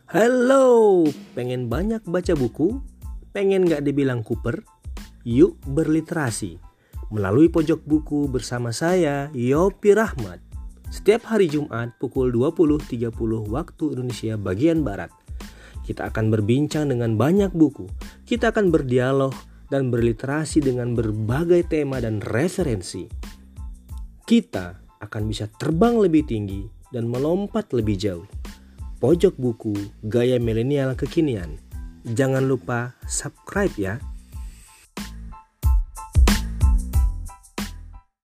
Halo, pengen banyak baca buku? Pengen gak dibilang kuper? Yuk berliterasi melalui pojok buku bersama saya, Yopi Rahmat. Setiap hari Jumat pukul 20.30 waktu Indonesia bagian Barat. Kita akan berbincang dengan banyak buku. Kita akan berdialog dan berliterasi dengan berbagai tema dan referensi. Kita akan bisa terbang lebih tinggi dan melompat lebih jauh. Pojok buku gaya milenial kekinian. Jangan lupa subscribe ya.